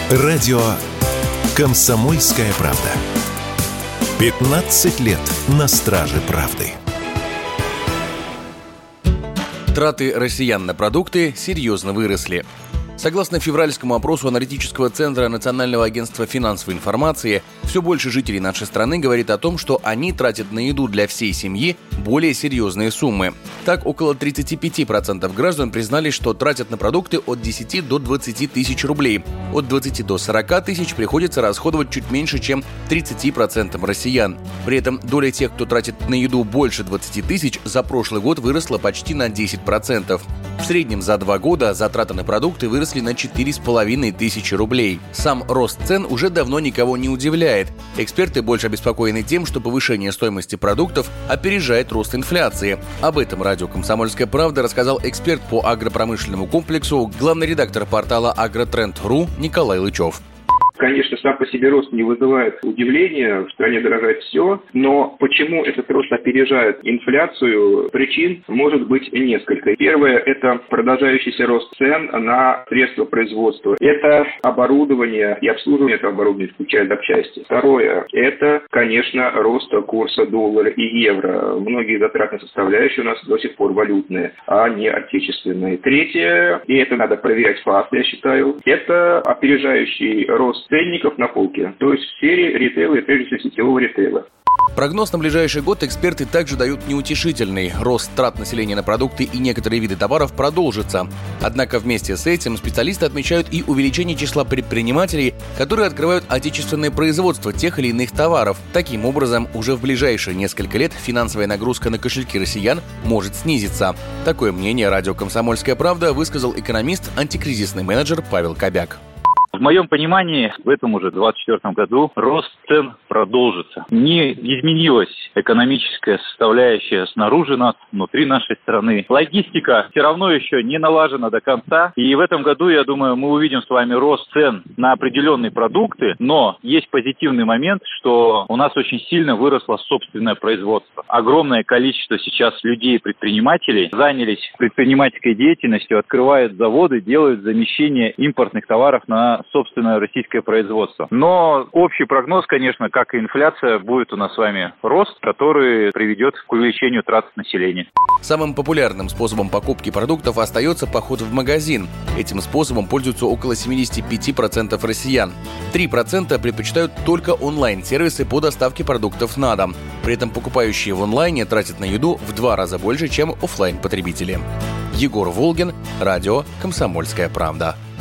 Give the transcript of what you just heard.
Радио «Комсомольская правда». 15 лет на страже правды. Траты россиян на продукты серьезно выросли. Согласно февральскому опросу аналитического центра Национального агентства финансовой информации, все больше жителей нашей страны говорит о том, что они тратят на еду для всей семьи более серьезные суммы. Так, около 35% граждан признались, что тратят на продукты от 10 до 20 тысяч рублей. От 20 до 40 тысяч приходится расходовать чуть меньше, чем 30% россиян. При этом доля тех, кто тратит на еду больше 20 тысяч, за прошлый год выросла почти на 10%. В среднем за 2 года затраты на продукты выросли на 4,5 тысячи рублей. Сам рост цен уже давно никого не удивляет. Эксперты больше обеспокоены тем, что повышение стоимости продуктов опережает рост инфляции. Об этом радио «Комсомольская правда» рассказал эксперт по агропромышленному комплексу, главный редактор портала «Агротренд.ру» Николай Лычев. Конечно, сам по себе рост не вызывает удивления, в стране дорожает все, но почему этот рост опережает инфляцию, причин может быть несколько. Первое – это продолжающийся рост цен на средства производства. Это оборудование и обслуживание этого оборудования, включая запчасти. Второе – это, конечно, рост курса доллара и евро. Многие затратные составляющие у нас до сих пор валютные, а не отечественные. Третье, и это надо проверять факты, я считаю, это опережающий рост ценников на полке, то есть в сфере ритейла и прежде всего сетевого ритейла. Прогноз на ближайший год эксперты также дают неутешительный. Рост трат населения на продукты и некоторые виды товаров продолжится. Однако вместе с этим специалисты отмечают и увеличение числа предпринимателей, которые открывают отечественное производство тех или иных товаров. Таким образом, уже в ближайшие несколько лет финансовая нагрузка на кошельки россиян может снизиться. Такое мнение радио «Комсомольская правда» высказал экономист, антикризисный менеджер Павел Кобяк. В моем понимании, в этом уже 2024 году рост цен продолжится. Не изменилась экономическая составляющая снаружи нас, внутри нашей страны. Логистика все равно еще не налажена до конца. И в этом году, я думаю, мы увидим с вами рост цен на определенные продукты. Но есть позитивный момент, что у нас очень сильно выросло собственное производство. Огромное количество сейчас людей, предпринимателей, занялись предпринимательской деятельностью, открывают заводы, делают замещение импортных товаров на собственное российское производство. Но общий прогноз, конечно, как и инфляция, будет у нас с вами рост, который приведет к увеличению трат населения. Самым популярным способом покупки продуктов остается поход в магазин. Этим способом пользуются около 75% россиян. 3% предпочитают только онлайн-сервисы по доставке продуктов на дом. При этом покупающие в онлайне тратят на еду в 2 раза больше, чем офлайн-потребители. Егор Волгин, радио «Комсомольская правда».